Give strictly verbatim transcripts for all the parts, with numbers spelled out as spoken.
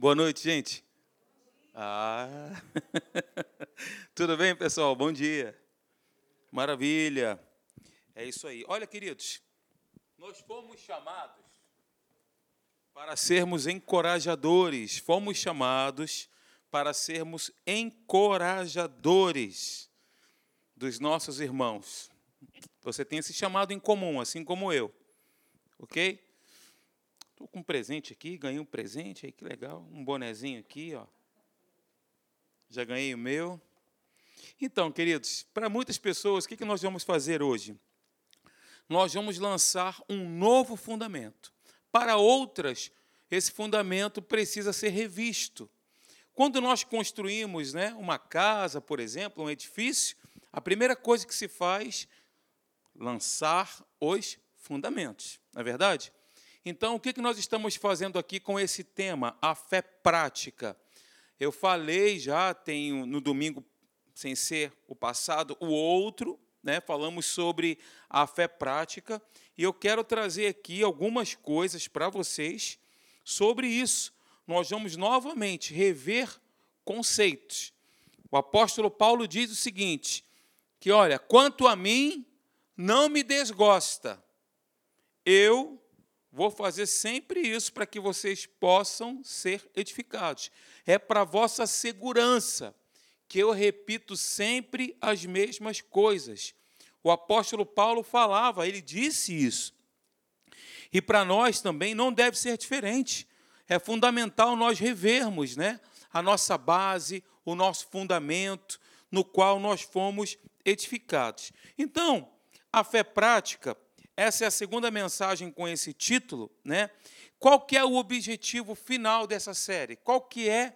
Boa noite, gente. Ah, tudo bem, pessoal? Bom dia. Maravilha. É isso aí. Olha, queridos, nós fomos chamados para sermos encorajadores. Fomos chamados para sermos encorajadores dos nossos irmãos. Você tem esse chamado em comum, assim como eu. Ok? Estou com um presente aqui, ganhei um presente aí, que legal. Um bonezinho aqui, ó. Já ganhei o meu. Então, queridos, para muitas pessoas, o que nós vamos fazer hoje? Nós vamos lançar um novo fundamento. Para outras, esse fundamento precisa ser revisto. Quando nós construímos, né, uma casa, por exemplo, um edifício, a primeira coisa que se faz é lançar os fundamentos, não é verdade? Então, o que nós estamos fazendo aqui com esse tema, a fé prática? Eu falei já, tenho no domingo, sem ser o passado, o outro, né? Falamos sobre a fé prática, e eu quero trazer aqui algumas coisas para vocês sobre isso. Nós vamos novamente rever conceitos. O apóstolo Paulo diz o seguinte, que, olha, quanto a mim, não me desgosta. Eu vou fazer sempre isso para que vocês possam ser edificados. É para a vossa segurança que eu repito sempre as mesmas coisas. O apóstolo Paulo falava, ele disse isso. E para nós também não deve ser diferente. É fundamental nós revermos, né, a nossa base, o nosso fundamento, no qual nós fomos edificados. Então, a fé prática, essa é a segunda mensagem com esse título, né? Qual que é o objetivo final dessa série? Qual que é,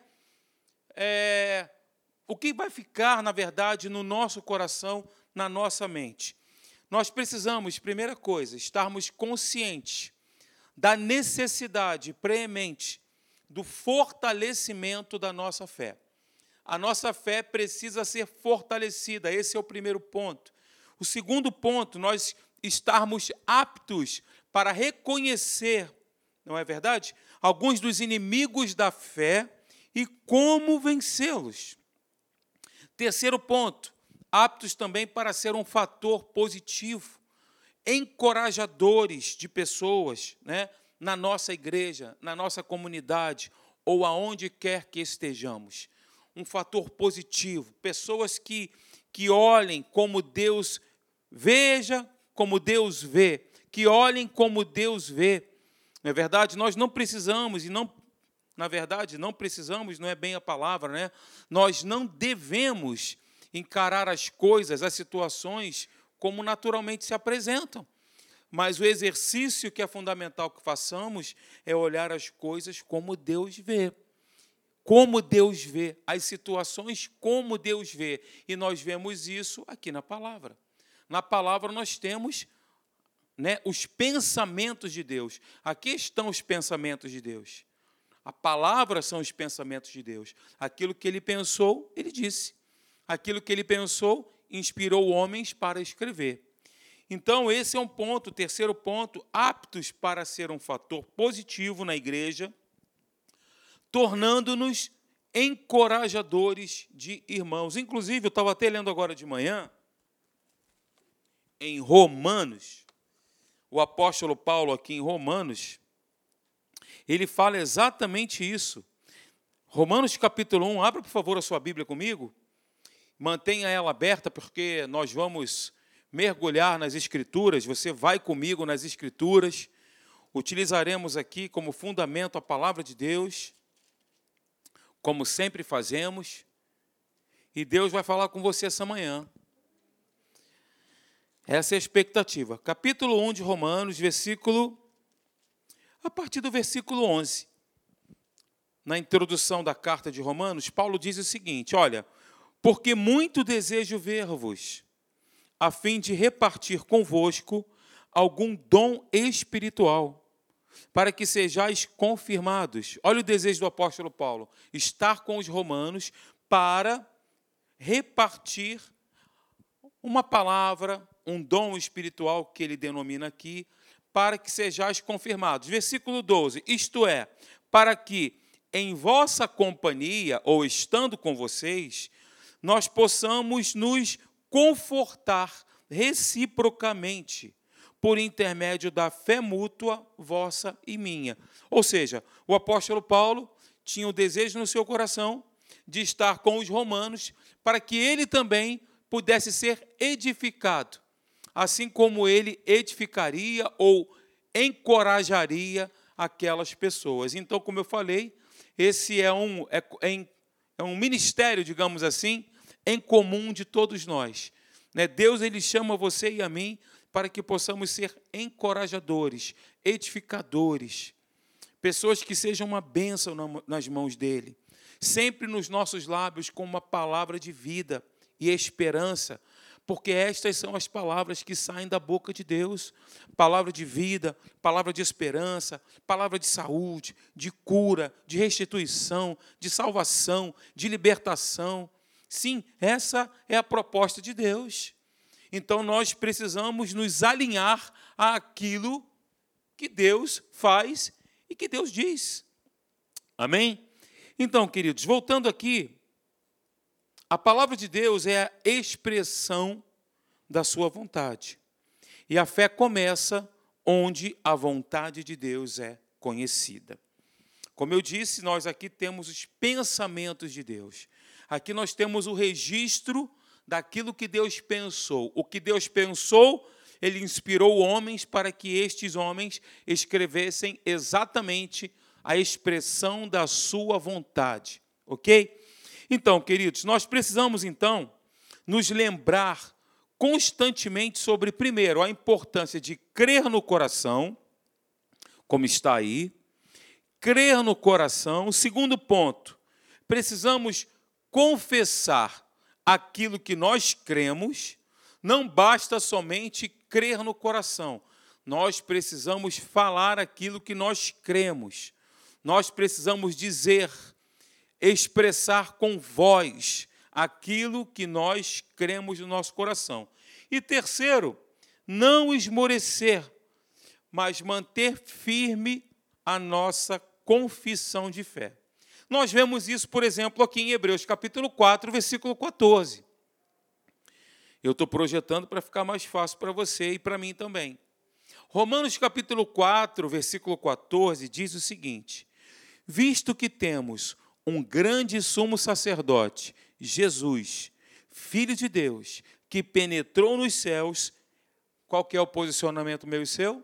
é o que vai ficar, na verdade, no nosso coração, na nossa mente? Nós precisamos, primeira coisa, estarmos conscientes da necessidade premente do fortalecimento da nossa fé. A nossa fé precisa ser fortalecida, esse é o primeiro ponto. O segundo ponto, nós estarmos aptos para reconhecer, não é verdade? Alguns dos inimigos da fé e como vencê-los. Terceiro ponto, aptos também para ser um fator positivo, encorajadores de pessoas, né, na nossa igreja, na nossa comunidade, ou aonde quer que estejamos. Um fator positivo, pessoas que, que olhem como Deus veja, como Deus vê, que olhem como Deus vê. Não é verdade? Nós não precisamos, e não, na verdade, não precisamos, não é bem a palavra, né? Nós não devemos encarar as coisas, as situações, como naturalmente se apresentam. Mas o exercício que é fundamental que façamos é olhar as coisas como Deus vê. Como Deus vê, as situações como Deus vê. E nós vemos isso aqui na palavra. Na palavra nós temos, né, os pensamentos de Deus. Aqui estão os pensamentos de Deus. A palavra são os pensamentos de Deus. Aquilo que ele pensou, ele disse. Aquilo que ele pensou, inspirou homens para escrever. Então, esse é um ponto, o terceiro ponto, aptos para ser um fator positivo na igreja, tornando-nos encorajadores de irmãos. Inclusive, eu estava até lendo agora de manhã, em Romanos, o apóstolo Paulo aqui em Romanos, ele fala exatamente isso. Romanos capítulo um, abra por favor a sua Bíblia comigo, mantenha ela aberta porque nós vamos mergulhar nas Escrituras, você vai comigo nas Escrituras, utilizaremos aqui como fundamento a palavra de Deus, como sempre fazemos, e Deus vai falar com você essa manhã. Essa é a expectativa. Capítulo um de Romanos, versículo, a partir do versículo onze. Na introdução da carta de Romanos, Paulo diz o seguinte, olha, porque muito desejo ver-vos, a fim de repartir convosco algum dom espiritual, para que sejais confirmados. Olha o desejo do apóstolo Paulo, estar com os romanos para repartir uma palavra, um dom espiritual que ele denomina aqui, para que sejais confirmados. Versículo doze, isto é, para que em vossa companhia, ou estando com vocês, nós possamos nos confortar reciprocamente, por intermédio da fé mútua, vossa e minha. Ou seja, o apóstolo Paulo tinha o desejo no seu coração de estar com os romanos, para que ele também pudesse ser edificado, assim como ele edificaria ou encorajaria aquelas pessoas. Então, como eu falei, esse é um, é, é um ministério, digamos assim, em comum de todos nós. Né? Deus ele chama você e a mim para que possamos ser encorajadores, edificadores, pessoas que sejam uma bênção nas mãos dele, sempre nos nossos lábios com uma palavra de vida e esperança, porque estas são as palavras que saem da boca de Deus, palavra de vida, palavra de esperança, palavra de saúde, de cura, de restituição, de salvação, de libertação. Sim, essa é a proposta de Deus. Então, nós precisamos nos alinhar àquilo que Deus faz e que Deus diz. Amém? Então, queridos, voltando aqui, a palavra de Deus é a expressão da sua vontade. E a fé começa onde a vontade de Deus é conhecida. Como eu disse, nós aqui temos os pensamentos de Deus. Aqui nós temos o registro daquilo que Deus pensou. O que Deus pensou, ele inspirou homens para que estes homens escrevessem exatamente a expressão da sua vontade. Ok? Então, queridos, nós precisamos, então, nos lembrar constantemente sobre, primeiro, a importância de crer no coração, como está aí, crer no coração. Segundo ponto, precisamos confessar aquilo que nós cremos. Não basta somente crer no coração, nós precisamos falar aquilo que nós cremos. Nós precisamos dizer, expressar com voz aquilo que nós cremos no nosso coração. E terceiro, não esmorecer, mas manter firme a nossa confissão de fé. Nós vemos isso, por exemplo, aqui em Hebreus, capítulo quatro, versículo quatorze. Eu estou projetando para ficar mais fácil para você e para mim também. Romanos, capítulo quatro, versículo quatorze, diz o seguinte: visto que temos um grande sumo sacerdote, Jesus, Filho de Deus, que penetrou nos céus, qual que é o posicionamento meu e seu?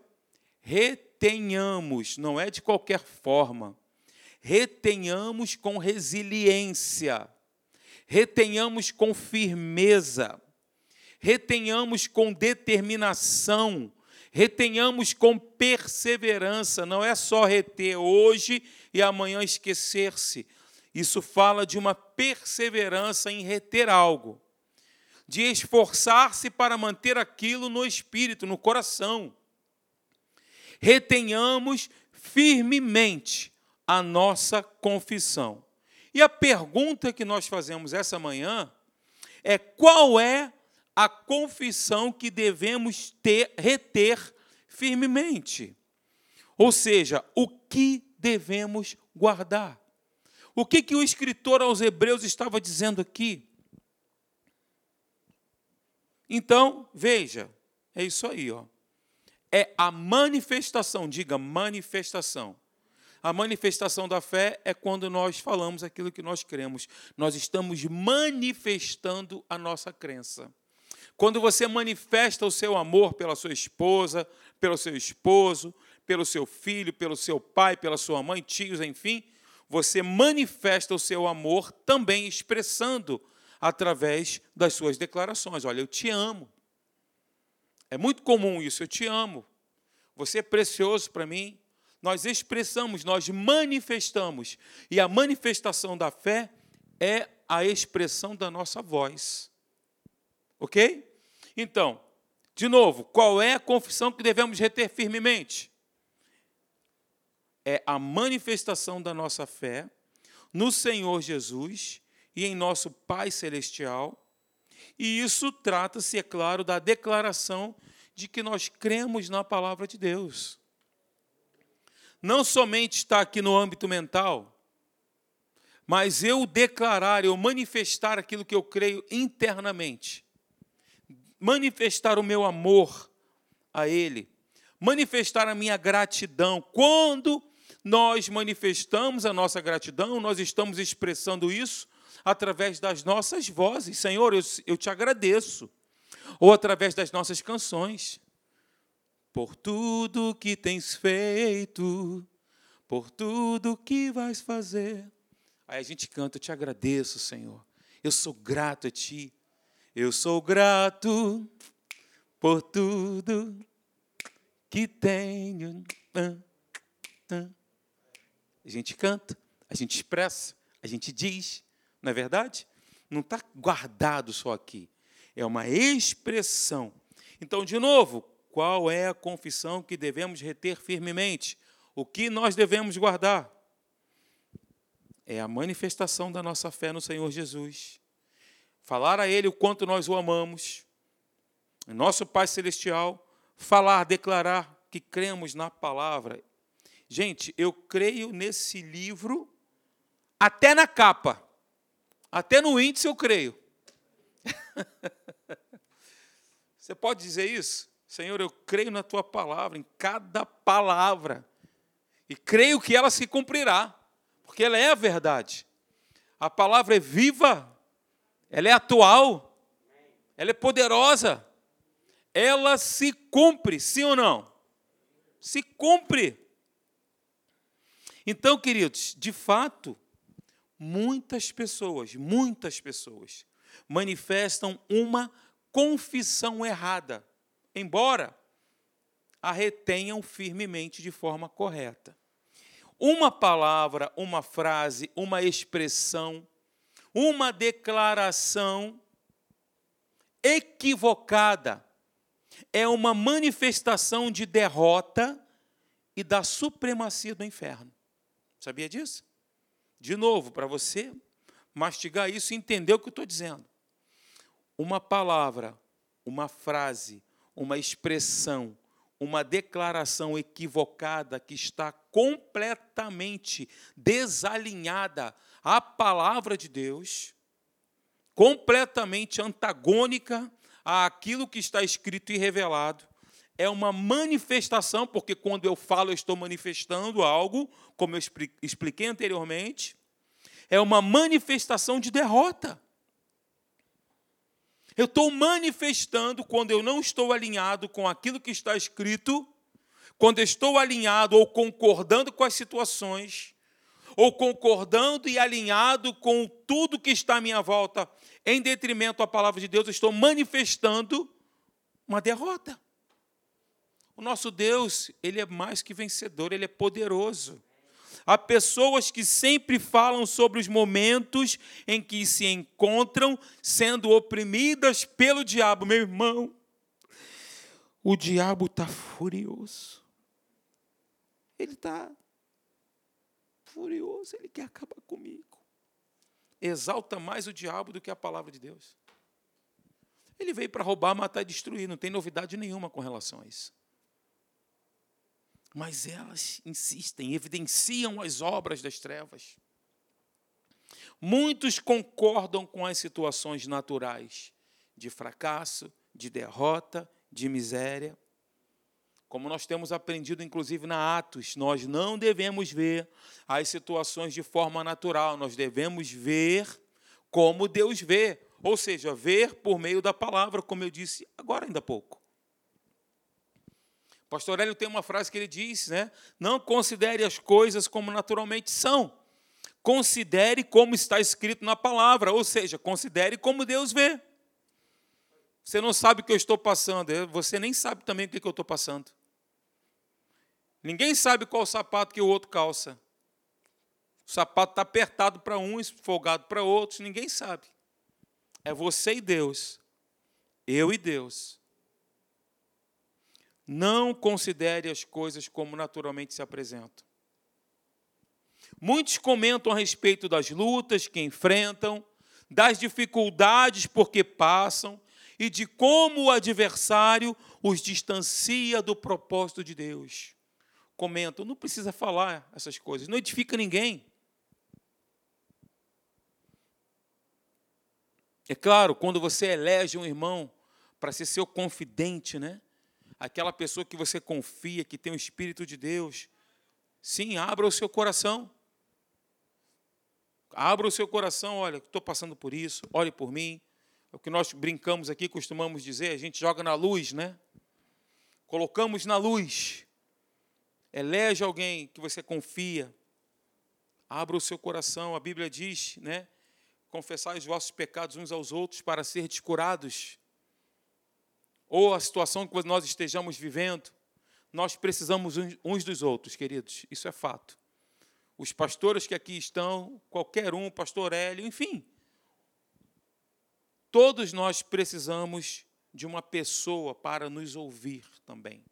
Retenhamos, não é de qualquer forma, retenhamos com resiliência, retenhamos com firmeza, retenhamos com determinação, retenhamos com perseverança. Não é só reter hoje e amanhã esquecer-se. Isso fala de uma perseverança em reter algo, de esforçar-se para manter aquilo no espírito, no coração. Retenhamos firmemente a nossa confissão. E a pergunta que nós fazemos essa manhã é: qual é a confissão que devemos ter, reter firmemente? Ou seja, o que devemos guardar? O que, que o escritor aos Hebreus estava dizendo aqui? Então, veja, é isso aí, ó. É a manifestação, diga manifestação. A manifestação da fé é quando nós falamos aquilo que nós cremos. Nós estamos manifestando a nossa crença. Quando você manifesta o seu amor pela sua esposa, pelo seu esposo, pelo seu filho, pelo seu pai, pela sua mãe, tios, enfim, você manifesta o seu amor também expressando através das suas declarações. Olha, eu te amo. É muito comum isso, eu te amo. Você é precioso para mim. Nós expressamos, nós manifestamos. E a manifestação da fé é a expressão da nossa voz. Ok? Então, de novo, qual é a confissão que devemos reter firmemente? É a manifestação da nossa fé no Senhor Jesus e em nosso Pai Celestial. E isso trata-se, é claro, da declaração de que nós cremos na palavra de Deus. Não somente está aqui no âmbito mental, mas eu declarar, eu manifestar aquilo que eu creio internamente, manifestar o meu amor a Ele, manifestar a minha gratidão. Quando nós manifestamos a nossa gratidão, nós estamos expressando isso através das nossas vozes. Senhor, eu, eu te agradeço. Ou através das nossas canções. Por tudo que tens feito, por tudo que vais fazer. Aí a gente canta, eu te agradeço, Senhor. Eu sou grato a Ti. Eu sou grato por tudo que tenho. A gente canta, a gente expressa, a gente diz, não é verdade? Não está guardado só aqui, é uma expressão. Então, de novo, qual é a confissão que devemos reter firmemente? O que nós devemos guardar? É a manifestação da nossa fé no Senhor Jesus. Falar a Ele o quanto nós o amamos. Nosso Pai Celestial, falar, declarar que cremos na palavra. Gente, eu creio nesse livro até na capa. Até no índice eu creio. Você pode dizer isso? Senhor, eu creio na Tua palavra, em cada palavra. E creio que ela se cumprirá, porque ela é a verdade. A palavra é viva, ela é atual, ela é poderosa. Ela se cumpre, sim ou não? Se cumpre. Então, queridos, de fato, muitas pessoas, muitas pessoas manifestam uma confissão errada, embora a retenham firmemente de forma correta. Uma palavra, uma frase, uma expressão, uma declaração equivocada é uma manifestação de derrota e da supremacia do inferno. Sabia disso? De novo, para você mastigar isso e entender o que eu estou dizendo. Uma palavra, uma frase, uma expressão, uma declaração equivocada que está completamente desalinhada à palavra de Deus, completamente antagônica àquilo que está escrito e revelado, é uma manifestação, porque quando eu falo, eu estou manifestando algo, como eu expliquei anteriormente, é uma manifestação de derrota. Eu estou manifestando quando eu não estou alinhado com aquilo que está escrito, quando eu estou alinhado ou concordando com as situações, ou concordando e alinhado com tudo que está à minha volta, em detrimento à palavra de Deus, eu estou manifestando uma derrota. O nosso Deus, Ele é mais que vencedor, Ele é poderoso. Há pessoas que sempre falam sobre os momentos em que se encontram sendo oprimidas pelo diabo. Meu irmão, o diabo está furioso. Ele está furioso, ele quer acabar comigo. Exalta mais o diabo do que a palavra de Deus. Ele veio para roubar, matar e destruir, não tem novidade nenhuma com relação a isso. Mas elas insistem, evidenciam as obras das trevas. Muitos concordam com as situações naturais de fracasso, de derrota, de miséria. Como nós temos aprendido, inclusive, na Atos, nós não devemos ver as situações de forma natural, nós devemos ver como Deus vê, ou seja, ver por meio da palavra, como eu disse agora ainda há pouco. O pastor Hélio tem uma frase que ele diz, né? Não considere as coisas como naturalmente são. Considere como está escrito na palavra, ou seja, considere como Deus vê. Você não sabe o que eu estou passando, você nem sabe também o que eu estou passando. Ninguém sabe qual sapato que o outro calça. O sapato está apertado para uns, folgado para outros, ninguém sabe. É você e Deus, eu e Deus. Não considere as coisas como naturalmente se apresentam. Muitos comentam a respeito das lutas que enfrentam, das dificuldades por que passam e de como o adversário os distancia do propósito de Deus. Comentam, não precisa falar essas coisas, não edifica ninguém. É claro, quando você elege um irmão para ser seu confidente, né? Aquela pessoa que você confia, que tem o Espírito de Deus, sim, abra o seu coração. Abra o seu coração, olha, estou passando por isso, ore por mim. É o que nós brincamos aqui, costumamos dizer, a gente joga na luz, né? Colocamos na luz. Elege alguém que você confia. Abra o seu coração. A Bíblia diz, né? Confessai os vossos pecados uns aos outros para serem curados. Ou a situação que nós estejamos vivendo, nós precisamos uns dos outros, queridos. Isso é fato. Os pastores que aqui estão, qualquer um, pastor Hélio, enfim. Todos nós precisamos de uma pessoa para nos ouvir também.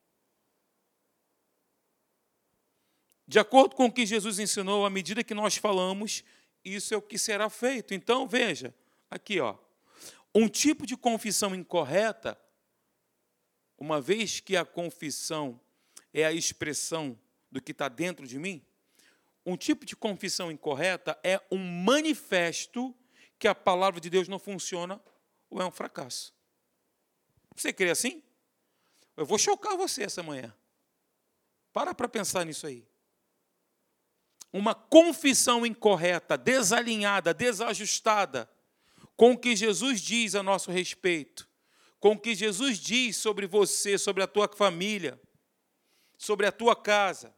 De acordo com o que Jesus ensinou, à medida que nós falamos, isso é o que será feito. Então, veja, aqui, ó, um tipo de confissão incorreta, uma vez que a confissão é a expressão do que está dentro de mim, um tipo de confissão incorreta é um manifesto que a palavra de Deus não funciona ou é um fracasso. Você crê assim? Eu vou chocar você essa manhã. Para para pensar nisso aí. Uma confissão incorreta, desalinhada, desajustada com o que Jesus diz a nosso respeito, com o que Jesus diz sobre você, sobre a tua família, sobre a tua casa.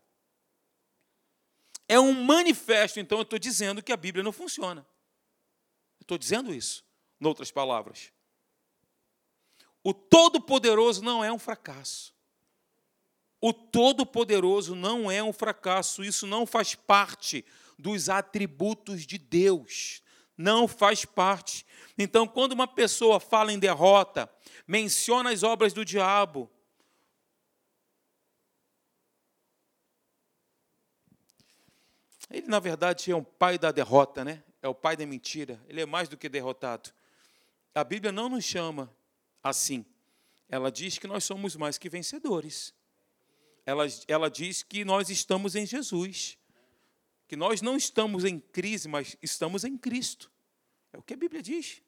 É um manifesto, então eu estou dizendo que a Bíblia não funciona. Eu estou dizendo isso, em outras palavras. O Todo-Poderoso não é um fracasso. O Todo-Poderoso não é um fracasso. Isso não faz parte dos atributos de Deus. Não faz parte. Então, quando uma pessoa fala em derrota, menciona as obras do diabo, ele, na verdade, é um pai da derrota, né? É o pai da mentira. Ele é mais do que derrotado. A Bíblia não nos chama assim. Ela diz que nós somos mais que vencedores. Ela, ela diz que nós estamos em Jesus. Que nós não estamos em crise, mas estamos em Cristo. É o que a Bíblia diz.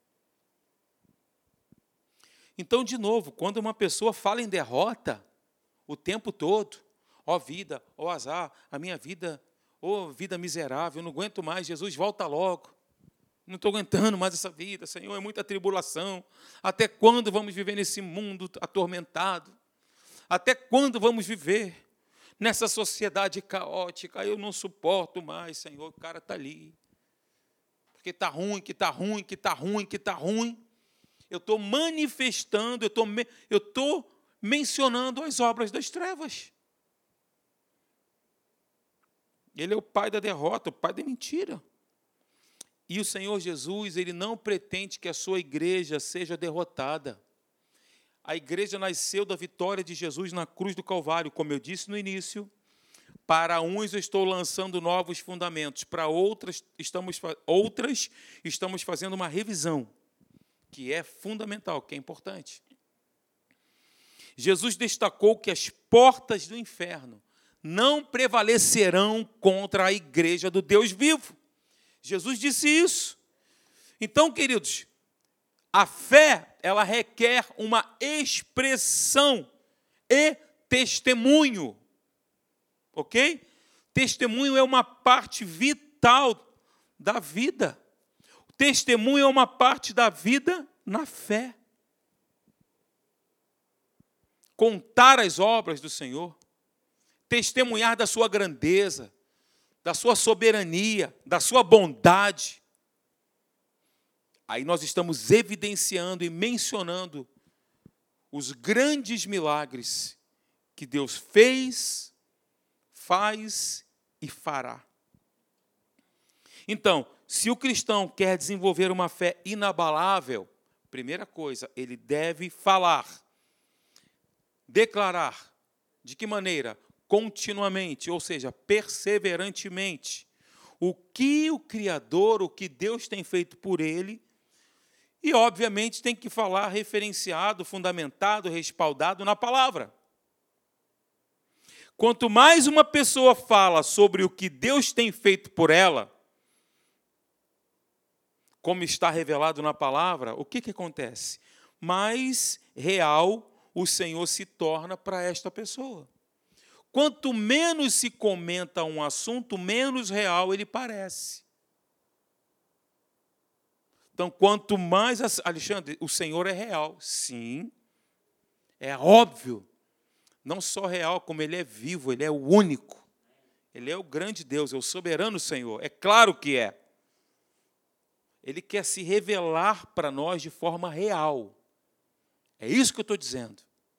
Então, de novo, quando uma pessoa fala em derrota o tempo todo, ó vida, ó azar, a minha vida, ó vida miserável, eu não aguento mais, Jesus, volta logo. Não estou aguentando mais essa vida, Senhor, é muita tribulação. Até quando vamos viver nesse mundo atormentado? Até quando vamos viver nessa sociedade caótica? Eu não suporto mais, Senhor, o cara está ali. Porque está ruim, que está ruim, que está ruim, que está ruim. Eu estou manifestando, eu estou eu estou mencionando as obras das trevas. Ele é o pai da derrota, o pai da mentira. E o Senhor Jesus, ele não pretende que a sua igreja seja derrotada. A igreja nasceu da vitória de Jesus na cruz do Calvário, como eu disse no início. Para uns eu estou lançando novos fundamentos, para outras estamos, outras estamos fazendo uma revisão, que é fundamental, que é importante. Jesus destacou que as portas do inferno não prevalecerão contra a igreja do Deus vivo. Jesus disse isso. Então, queridos, a fé, ela requer uma expressão e testemunho. Ok? Testemunho é uma parte vital da vida. O testemunho é uma parte da vida na fé. Contar as obras do Senhor, testemunhar da sua grandeza, da sua soberania, da sua bondade. Aí nós estamos evidenciando e mencionando os grandes milagres que Deus fez, faz e fará. Então, se o cristão quer desenvolver uma fé inabalável, primeira coisa, ele deve falar, declarar. De que maneira? Continuamente, ou seja, perseverantemente, o que o Criador, o que Deus tem feito por ele, e, obviamente, tem que falar referenciado, fundamentado, respaldado na palavra. Quanto mais uma pessoa fala sobre o que Deus tem feito por ela, como está revelado na palavra, o que, que acontece? Mais real o Senhor se torna para esta pessoa. Quanto menos se comenta um assunto, menos real ele parece. Então, quanto mais... Alexandre, o Senhor é real. Sim, é óbvio. Não só real, como Ele é vivo, Ele é o único. Ele é o grande Deus, é o soberano Senhor. É claro que é. Ele quer se revelar para nós de forma real. É isso que eu estou dizendo.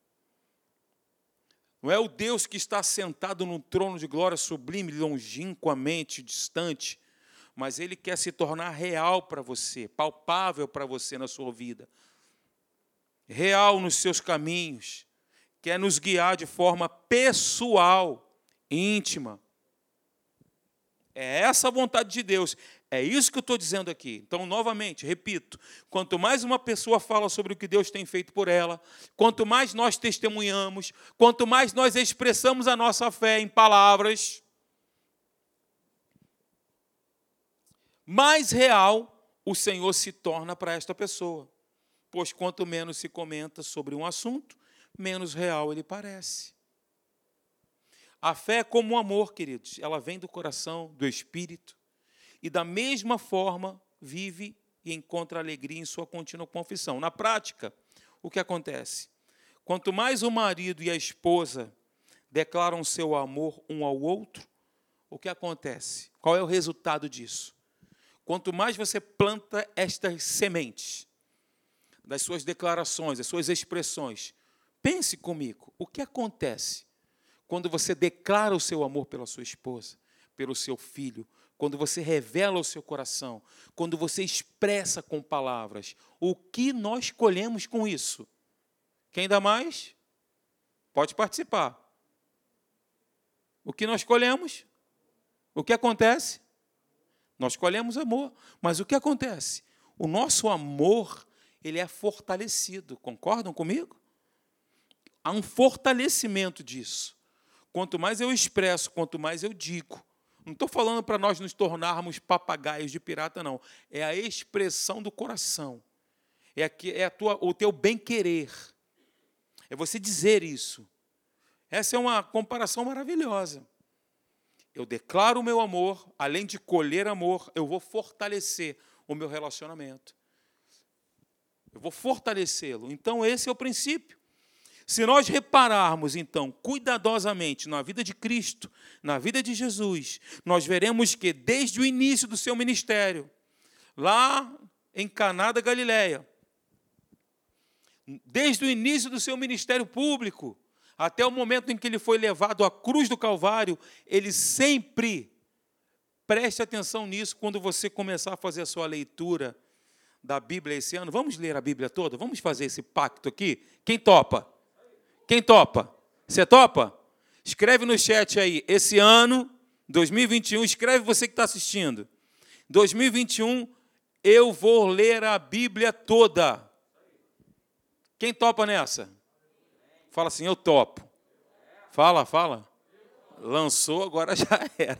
Não é o Deus que está sentado num trono de glória sublime, longínquamente distante, mas Ele quer se tornar real para você, palpável para você na sua vida. Real nos seus caminhos. Quer nos guiar de forma pessoal, íntima. É essa a vontade de Deus. É isso que eu estou dizendo aqui. Então, novamente, repito, quanto mais uma pessoa fala sobre o que Deus tem feito por ela, quanto mais nós testemunhamos, quanto mais nós expressamos a nossa fé em palavras, mais real o Senhor se torna para esta pessoa. Pois quanto menos se comenta sobre um assunto, menos real ele parece. A fé é como o amor, queridos. Ela vem do coração, do Espírito, e da mesma forma vive e encontra alegria em sua contínua confissão. Na prática, o que acontece? Quanto mais o marido e a esposa declaram seu amor um ao outro, o que acontece? Qual é o resultado disso? Quanto mais você planta estas sementes, das suas declarações, das suas expressões, pense comigo, o que acontece quando você declara o seu amor pela sua esposa, pelo seu filho, quando você revela o seu coração, quando você expressa com palavras, o que nós colhemos com isso? Quem dá mais? Pode participar. O que nós colhemos? O que acontece? Nós colhemos amor, mas o que acontece? O nosso amor, ele é fortalecido, concordam comigo? Há um fortalecimento disso. Quanto mais eu expresso, quanto mais eu digo. Não estou falando para nós nos tornarmos papagaios de pirata, não. É a expressão do coração. É, a, é a tua, o teu bem-querer. É você dizer isso. Essa é uma comparação maravilhosa. Eu declaro o meu amor, além de colher amor, eu vou fortalecer o meu relacionamento. Eu vou fortalecê-lo. Então, esse é o princípio. Se nós repararmos, então, cuidadosamente na vida de Cristo, na vida de Jesus, nós veremos que, desde o início do seu ministério, lá em Caná da Galileia, desde o início do seu ministério público, até o momento em que ele foi levado à cruz do Calvário, ele sempre, preste atenção nisso quando você começar a fazer a sua leitura da Bíblia esse ano. Vamos ler a Bíblia toda? Vamos fazer esse pacto aqui? Quem topa? Quem topa? Você topa? Escreve no chat aí, esse ano, dois mil e vinte e um, escreve você que está assistindo. dois mil e vinte e um, eu vou ler a Bíblia toda. Quem topa nessa? Fala assim, eu topo. Fala, fala. Lançou, agora já era.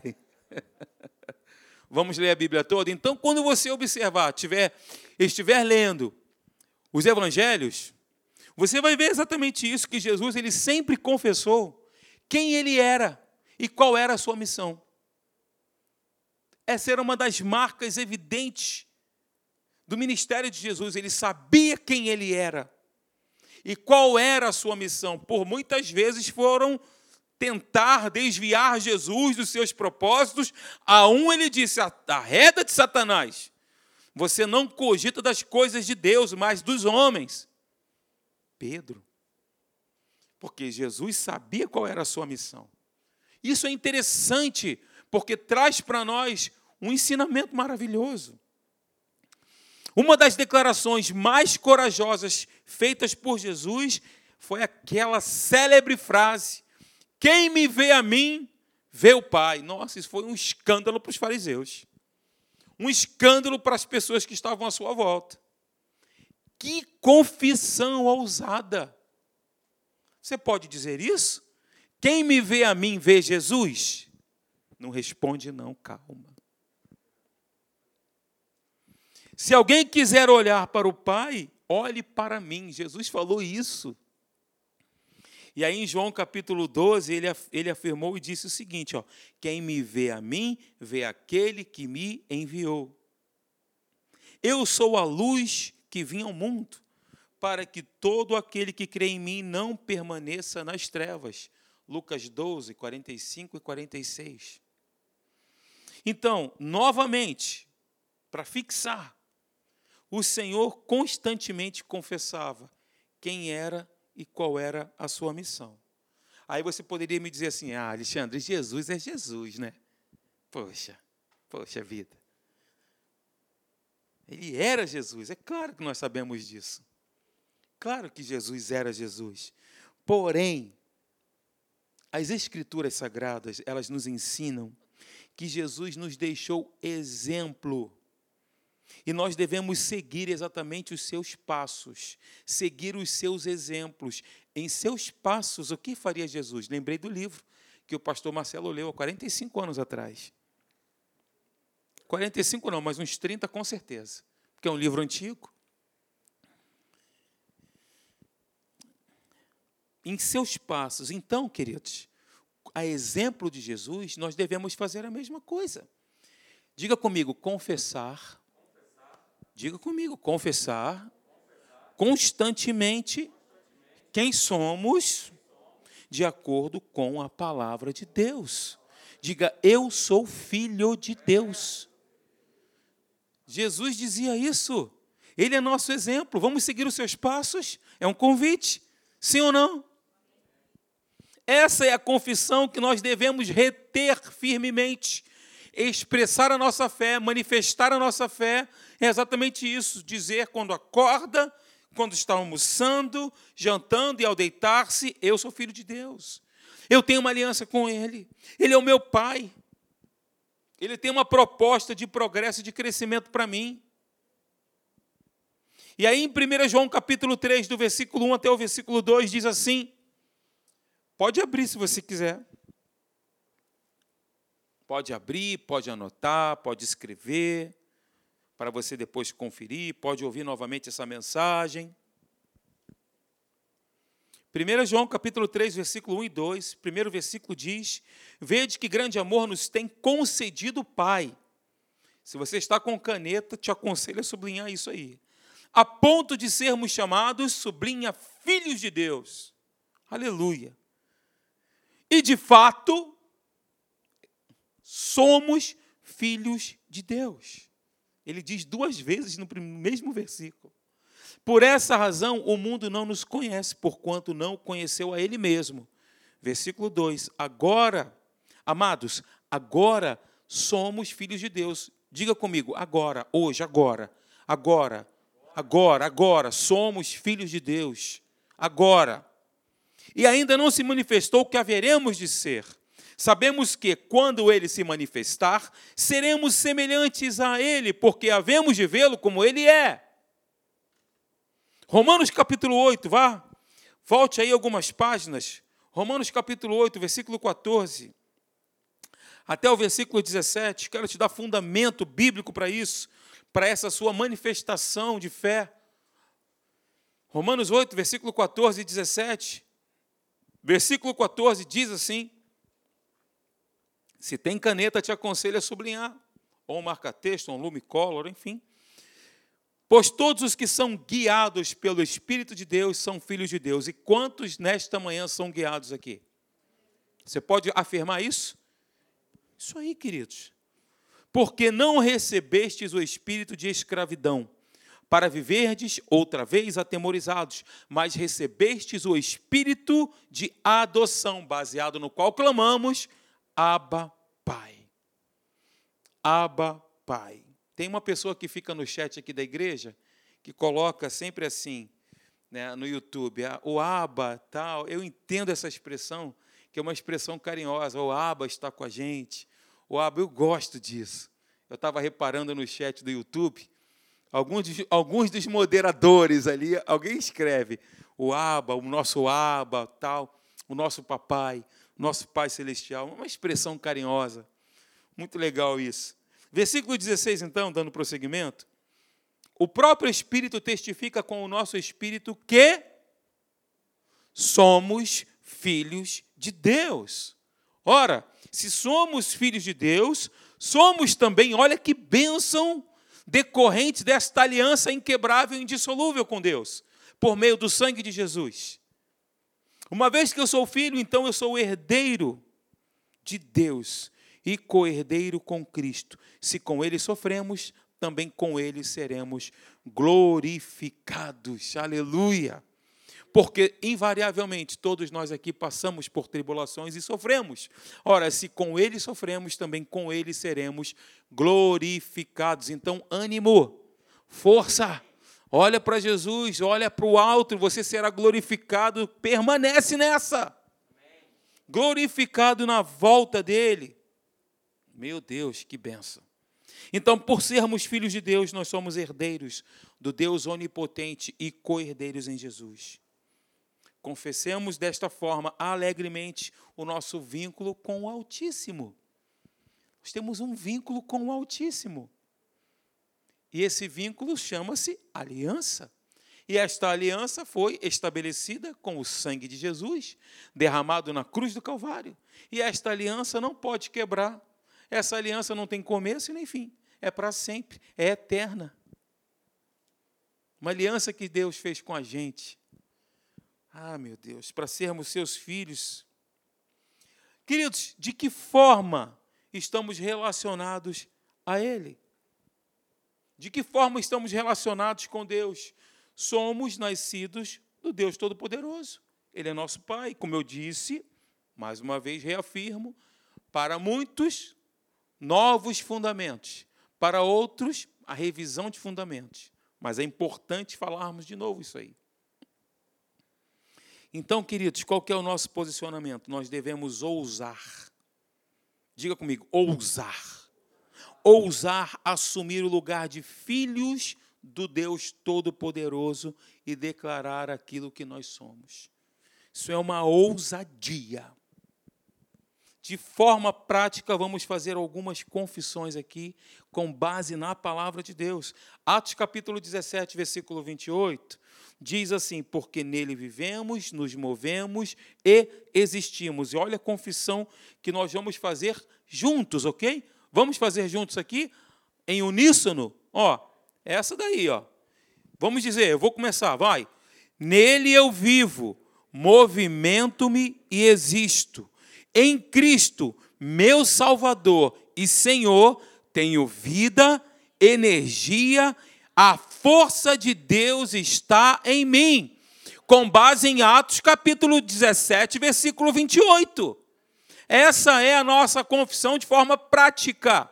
Vamos ler a Bíblia toda? Então, quando você observar, tiver, estiver lendo os evangelhos, você vai ver exatamente isso, que Jesus ele sempre confessou quem ele era e qual era a sua missão. Essa era uma das marcas evidentes do ministério de Jesus. Ele sabia quem ele era e qual era a sua missão. Por muitas vezes foram tentar desviar Jesus dos seus propósitos. A um ele disse, arreda de Satanás. Você não cogita das coisas de Deus, mas dos homens. Pedro. Porque Jesus sabia qual era a sua missão. Isso é interessante, porque traz para nós um ensinamento maravilhoso. Uma das declarações mais corajosas feitas por Jesus foi aquela célebre frase, quem me vê a mim, vê o Pai. Nossa, isso foi um escândalo para os fariseus. Um escândalo para as pessoas que estavam à sua volta. Que confissão ousada! Você pode dizer isso? Quem me vê a mim, vê Jesus? Não responde não, calma. Se alguém quiser olhar para o Pai, olhe para mim. Jesus falou isso. E aí em João capítulo doze, ele, ele afirmou e disse o seguinte, ó, quem me vê a mim, vê aquele que me enviou. Eu sou a luz que vim ao mundo, para que todo aquele que crê em mim não permaneça nas trevas. Lucas doze, quarenta e cinco e quarenta e seis. Então, novamente, para fixar, o Senhor constantemente confessava quem era e qual era a sua missão. Aí você poderia me dizer assim, ah, Alexandre, Jesus é Jesus, né? Poxa, poxa vida. Ele era Jesus, é claro que nós sabemos disso. Claro que Jesus era Jesus. Porém, as Escrituras Sagradas, elas nos ensinam que Jesus nos deixou exemplo. E nós devemos seguir exatamente os seus passos, seguir os seus exemplos. Em seus passos, o que faria Jesus? Lembrei do livro que o pastor Marcelo leu há quarenta e cinco anos atrás. quarenta e cinco não, mas uns trinta com certeza, porque é um livro antigo. Em seus passos. Então, queridos, a exemplo de Jesus, nós devemos fazer a mesma coisa. Diga comigo, confessar. Diga comigo, confessar constantemente quem somos de acordo com a palavra de Deus. Diga, eu sou filho de Deus. Jesus dizia isso. Ele é nosso exemplo. Vamos seguir os seus passos? É um convite. Sim ou não? Essa é a confissão que nós devemos reter firmemente. Expressar a nossa fé, manifestar a nossa fé, é exatamente isso. Dizer quando acorda, quando está almoçando, jantando e ao deitar-se, eu sou filho de Deus. Eu tenho uma aliança com Ele. Ele é o meu Pai. Ele tem uma proposta de progresso e de crescimento para mim. E aí em primeiro João capítulo três, do versículo um até o versículo dois, diz assim, pode abrir se você quiser. Pode abrir, pode anotar, pode escrever, para você depois conferir, pode ouvir novamente essa mensagem. primeiro João capítulo três, versículo um e dois, primeiro versículo diz, vede que grande amor nos tem concedido o Pai. Se você está com caneta, te aconselho a sublinhar isso aí. A ponto de sermos chamados, sublinha, filhos de Deus. Aleluia. E, de fato, somos filhos de Deus. Ele diz duas vezes no mesmo versículo. Por essa razão, o mundo não nos conhece, porquanto não conheceu a Ele mesmo. Versículo dois. Agora, amados, agora somos filhos de Deus. Diga comigo, agora, hoje, agora, agora, agora, agora, somos filhos de Deus. Agora. E ainda não se manifestou o que haveremos de ser. Sabemos que, quando Ele se manifestar, seremos semelhantes a Ele, porque havemos de vê-lo como Ele é. Romanos capítulo oito, vá. Volte aí algumas páginas. Romanos capítulo oito, versículo quatorze. Até o versículo dezessete. Quero te dar fundamento bíblico para isso, para essa sua manifestação de fé. Romanos oito, versículo quatorze e dezessete. Versículo quatorze diz assim, se tem caneta, te aconselho a sublinhar, ou um marca-texto, ou um lumicolor, enfim. Pois todos os que são guiados pelo Espírito de Deus são filhos de Deus. E quantos nesta manhã são guiados aqui? Você pode afirmar isso? Isso aí, queridos. Porque não recebestes o espírito de escravidão, para viverdes outra vez atemorizados, mas recebestes o espírito de adoção, baseado no qual clamamos, Abba, Pai. Abba, Pai. Tem uma pessoa que fica no chat aqui da igreja, que coloca sempre assim, né, no YouTube, o Abba, tal. Eu entendo essa expressão, que é uma expressão carinhosa, o Abba está com a gente, o Abba, eu gosto disso. Eu estava reparando no chat do YouTube, alguns, alguns dos moderadores ali, alguém escreve, o Abba, o nosso Abba, tal, o nosso papai, nosso Pai Celestial, uma expressão carinhosa. Muito legal isso. Versículo dezesseis, então, dando prosseguimento. O próprio Espírito testifica com o nosso espírito que somos filhos de Deus. Ora, se somos filhos de Deus, somos também, olha que bênção decorrente desta aliança inquebrável e indissolúvel com Deus, por meio do sangue de Jesus. Uma vez que eu sou filho, então eu sou herdeiro de Deus e co-herdeiro com Cristo. Se com Ele sofremos, também com Ele seremos glorificados. Aleluia! Porque, invariavelmente, todos nós aqui passamos por tribulações e sofremos. Ora, se com Ele sofremos, também com Ele seremos glorificados. Então, ânimo, força, olha para Jesus, olha para o alto, você será glorificado, permanece nessa. Glorificado na volta dEle. Meu Deus, que bênção. Então, por sermos filhos de Deus, nós somos herdeiros do Deus onipotente e co-herdeiros em Jesus. Confessemos desta forma, alegremente, o nosso vínculo com o Altíssimo. Nós temos um vínculo com o Altíssimo. E esse vínculo chama-se aliança. E esta aliança foi estabelecida com o sangue de Jesus, derramado na cruz do Calvário. E esta aliança não pode quebrar. Essa aliança não tem começo e nem fim. É para sempre, é eterna. Uma aliança que Deus fez com a gente. Ah, meu Deus, para sermos seus filhos. Queridos, de que forma estamos relacionados a Ele? De que forma estamos relacionados com Deus? Somos nascidos do Deus Todo-Poderoso. Ele é nosso Pai, como eu disse, mais uma vez reafirmo, para muitos, novos fundamentos, para outros, a revisão de fundamentos. Mas é importante falarmos de novo isso aí. Então, queridos, qual que é o nosso posicionamento? Nós devemos ousar. Diga comigo, ousar. Ousar assumir o lugar de filhos do Deus Todo-Poderoso e declarar aquilo que nós somos. Isso é uma ousadia. De forma prática, vamos fazer algumas confissões aqui, com base na palavra de Deus. Atos capítulo dezessete, versículo vinte e oito, diz assim, porque nele vivemos, nos movemos e existimos. E olha a confissão que nós vamos fazer juntos, ok? Vamos fazer juntos aqui, em uníssono. Ó, essa daí, ó. Vamos dizer, eu vou começar, vai. Nele eu vivo, movimento-me e existo. Em Cristo, meu Salvador e Senhor, tenho vida, energia, a força de Deus está em mim. Com base em Atos capítulo dezessete, versículo vinte e oito. Essa é a nossa confissão de forma prática.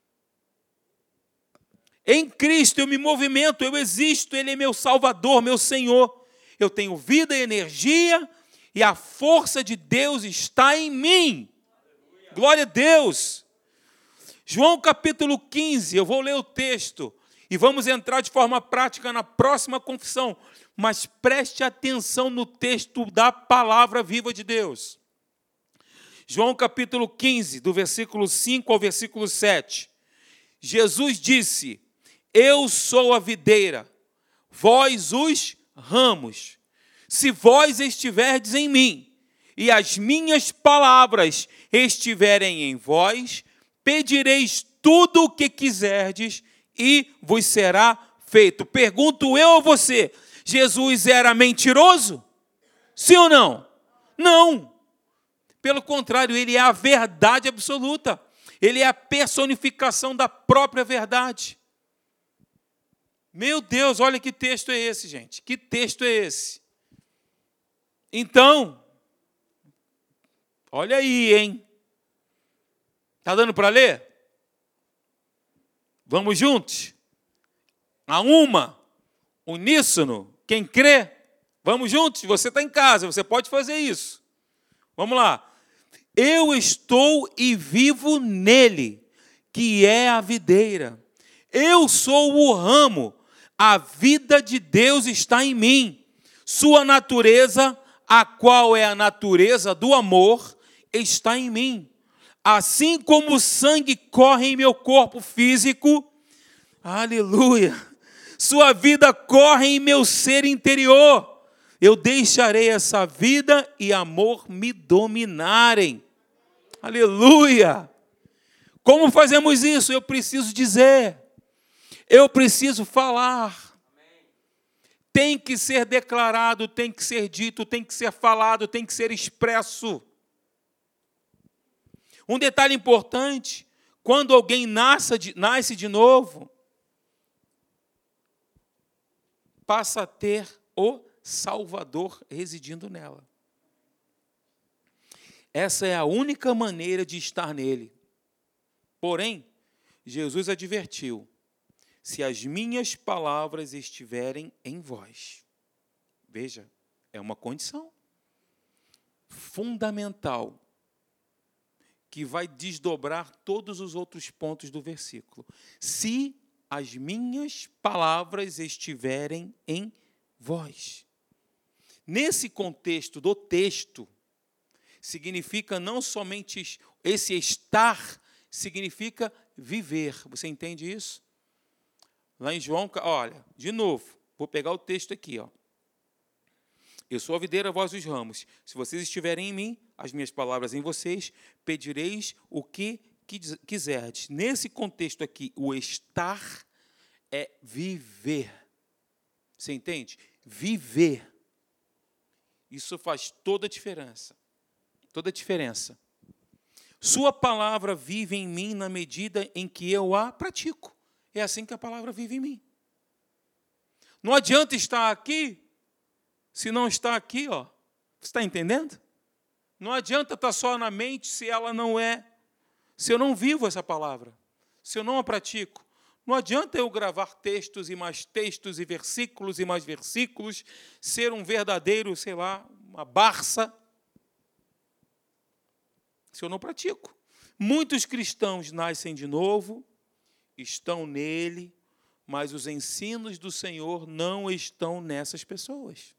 Em Cristo eu me movimento, eu existo, Ele é meu Salvador, meu Senhor. Eu tenho vida e energia, e a força de Deus está em mim. Aleluia. Glória a Deus. João capítulo quinze, eu vou ler o texto e vamos entrar de forma prática na próxima confissão, mas preste atenção no texto da palavra viva de Deus. João capítulo quinze, do versículo cinco ao versículo sete. Jesus disse, eu sou a videira, vós os ramos. Se vós estiverdes em mim, e as minhas palavras estiverem em vós, pedireis tudo o que quiserdes, e vos será feito. Pergunto eu a você, Jesus era mentiroso? Sim ou não? Não. Pelo contrário, ele é a verdade absoluta. Ele é a personificação da própria verdade. Meu Deus, olha que texto é esse, gente. Que texto é esse? Então, olha aí, hein? Está dando para ler? Vamos juntos? A uma, uníssono, quem crê? Vamos juntos? Você está em casa, você pode fazer isso. Vamos lá. Eu estou e vivo nele, que é a videira. Eu sou o ramo, a vida de Deus está em mim. Sua natureza, a qual é a natureza do amor, está em mim. Assim como o sangue corre em meu corpo físico, aleluia, Sua vida corre em meu ser interior. Eu deixarei essa vida e amor me dominarem. Aleluia! Como fazemos isso? Eu preciso dizer. Eu preciso falar. Tem que ser declarado, tem que ser dito, tem que ser falado, tem que ser expresso. Um detalhe importante, quando alguém nasce de, nasce de novo, passa a ter o Salvador residindo nela. Essa é a única maneira de estar nele. Porém, Jesus advertiu: se as minhas palavras estiverem em vós. Veja, é uma condição fundamental que vai desdobrar todos os outros pontos do versículo. Se as minhas palavras estiverem em vós. Nesse contexto do texto, significa não somente esse estar, significa viver. Você entende isso? Lá em João, olha, de novo, vou pegar o texto aqui, ó. Eu sou a videira, vós os ramos. Se vocês estiverem em mim, as minhas palavras em vocês, pedireis o que quiserdes. Nesse contexto aqui, o estar é viver. Você entende? Viver. Isso faz toda a diferença. Toda a diferença. Sua palavra vive em mim na medida em que eu a pratico. É assim que a palavra vive em mim. Não adianta estar aqui se não está aqui, ó. Você está entendendo? Não adianta estar só na mente se ela não é, se eu não vivo essa palavra, se eu não a pratico. Não adianta eu gravar textos e mais textos e versículos e mais versículos, ser um verdadeiro, sei lá, uma Barça, se eu não pratico. Muitos cristãos nascem de novo, estão nele, mas os ensinos do Senhor não estão nessas pessoas.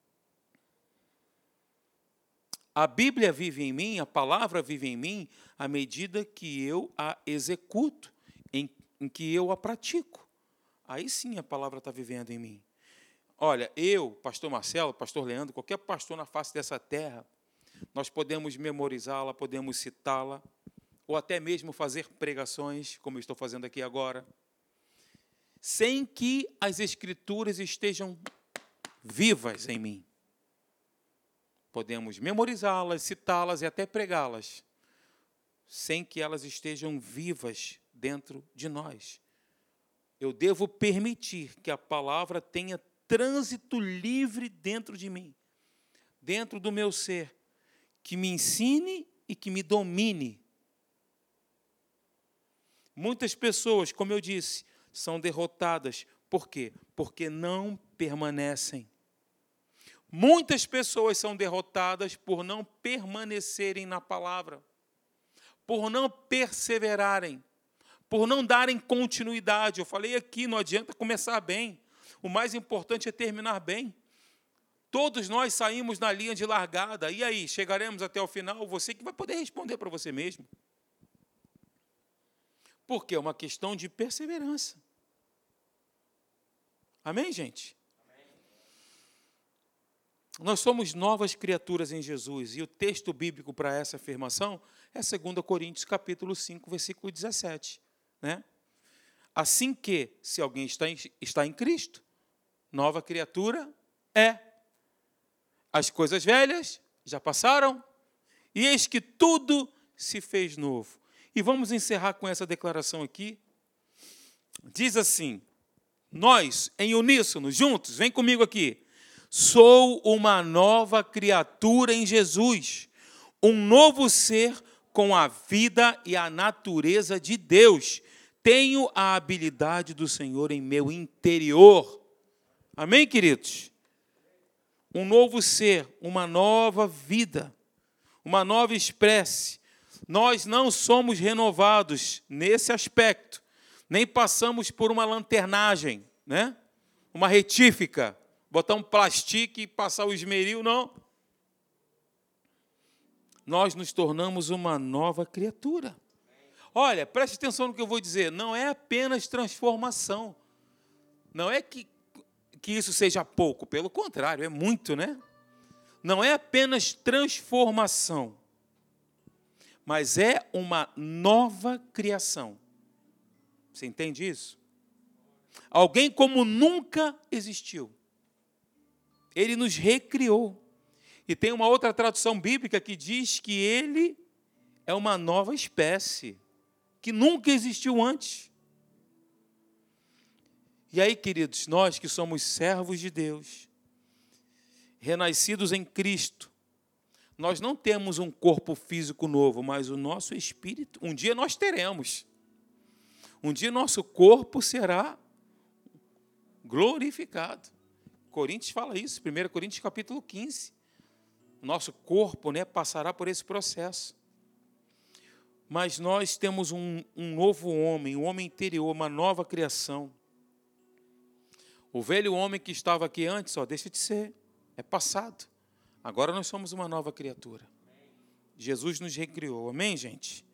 A Bíblia vive em mim, a palavra vive em mim, à medida que eu a executo, em, em que eu a pratico. Aí sim a palavra está vivendo em mim. Olha, eu, pastor Marcelo, pastor Leandro, qualquer pastor na face dessa terra, nós podemos memorizá-la, podemos citá-la, ou até mesmo fazer pregações, como eu estou fazendo aqui agora, sem que as Escrituras estejam vivas em mim. Podemos memorizá-las, citá-las e até pregá-las, sem que elas estejam vivas dentro de nós. Eu devo permitir que a palavra tenha trânsito livre dentro de mim, dentro do meu ser, que me ensine e que me domine. Muitas pessoas, como eu disse, são derrotadas. Por quê? Porque não permanecem. Muitas pessoas são derrotadas por não permanecerem na palavra, por não perseverarem, por não darem continuidade. Eu falei aqui, não adianta começar bem. O mais importante é terminar bem. Todos nós saímos na linha de largada. E aí, chegaremos até o final? Você que vai poder responder para você mesmo. Porque é uma questão de perseverança. Amém, gente? Amém. Nós somos novas criaturas em Jesus. E o texto bíblico para essa afirmação é dois Coríntios, capítulo cinco, versículo dezessete. Né? Assim que, se alguém está em, está em Cristo, nova criatura é. As coisas velhas já passaram, e eis que tudo se fez novo. E vamos encerrar com essa declaração aqui. Diz assim, nós, em uníssono, juntos, vem comigo aqui. Sou uma nova criatura em Jesus, um novo ser com a vida e a natureza de Deus. Tenho a habilidade do Senhor em meu interior. Amém, queridos? Um novo ser, uma nova vida, uma nova espécie. Nós não somos renovados nesse aspecto, nem passamos por uma lanternagem, né? Uma retífica, botar um plastique e passar o esmeril, não. Nós nos tornamos uma nova criatura. Olha, preste atenção no que eu vou dizer, não é apenas transformação. Não é que, que isso seja pouco, pelo contrário, é muito, né? Não é apenas transformação, mas é uma nova criação. Você entende isso? Alguém como nunca existiu. Ele nos recriou. E tem uma outra tradução bíblica que diz que ele é uma nova espécie, que nunca existiu antes. E aí, queridos, nós que somos servos de Deus, renascidos em Cristo, nós não temos um corpo físico novo, mas o nosso espírito, um dia nós teremos. Um dia nosso corpo será glorificado. Coríntios fala isso, primeira Coríntios capítulo quinze. O nosso corpo, né, passará por esse processo. Mas nós temos um, um novo homem, um homem interior, uma nova criação. O velho homem que estava aqui antes, ó, deixa de ser, é passado. Agora nós somos uma nova criatura. Jesus nos recriou, amém, gente?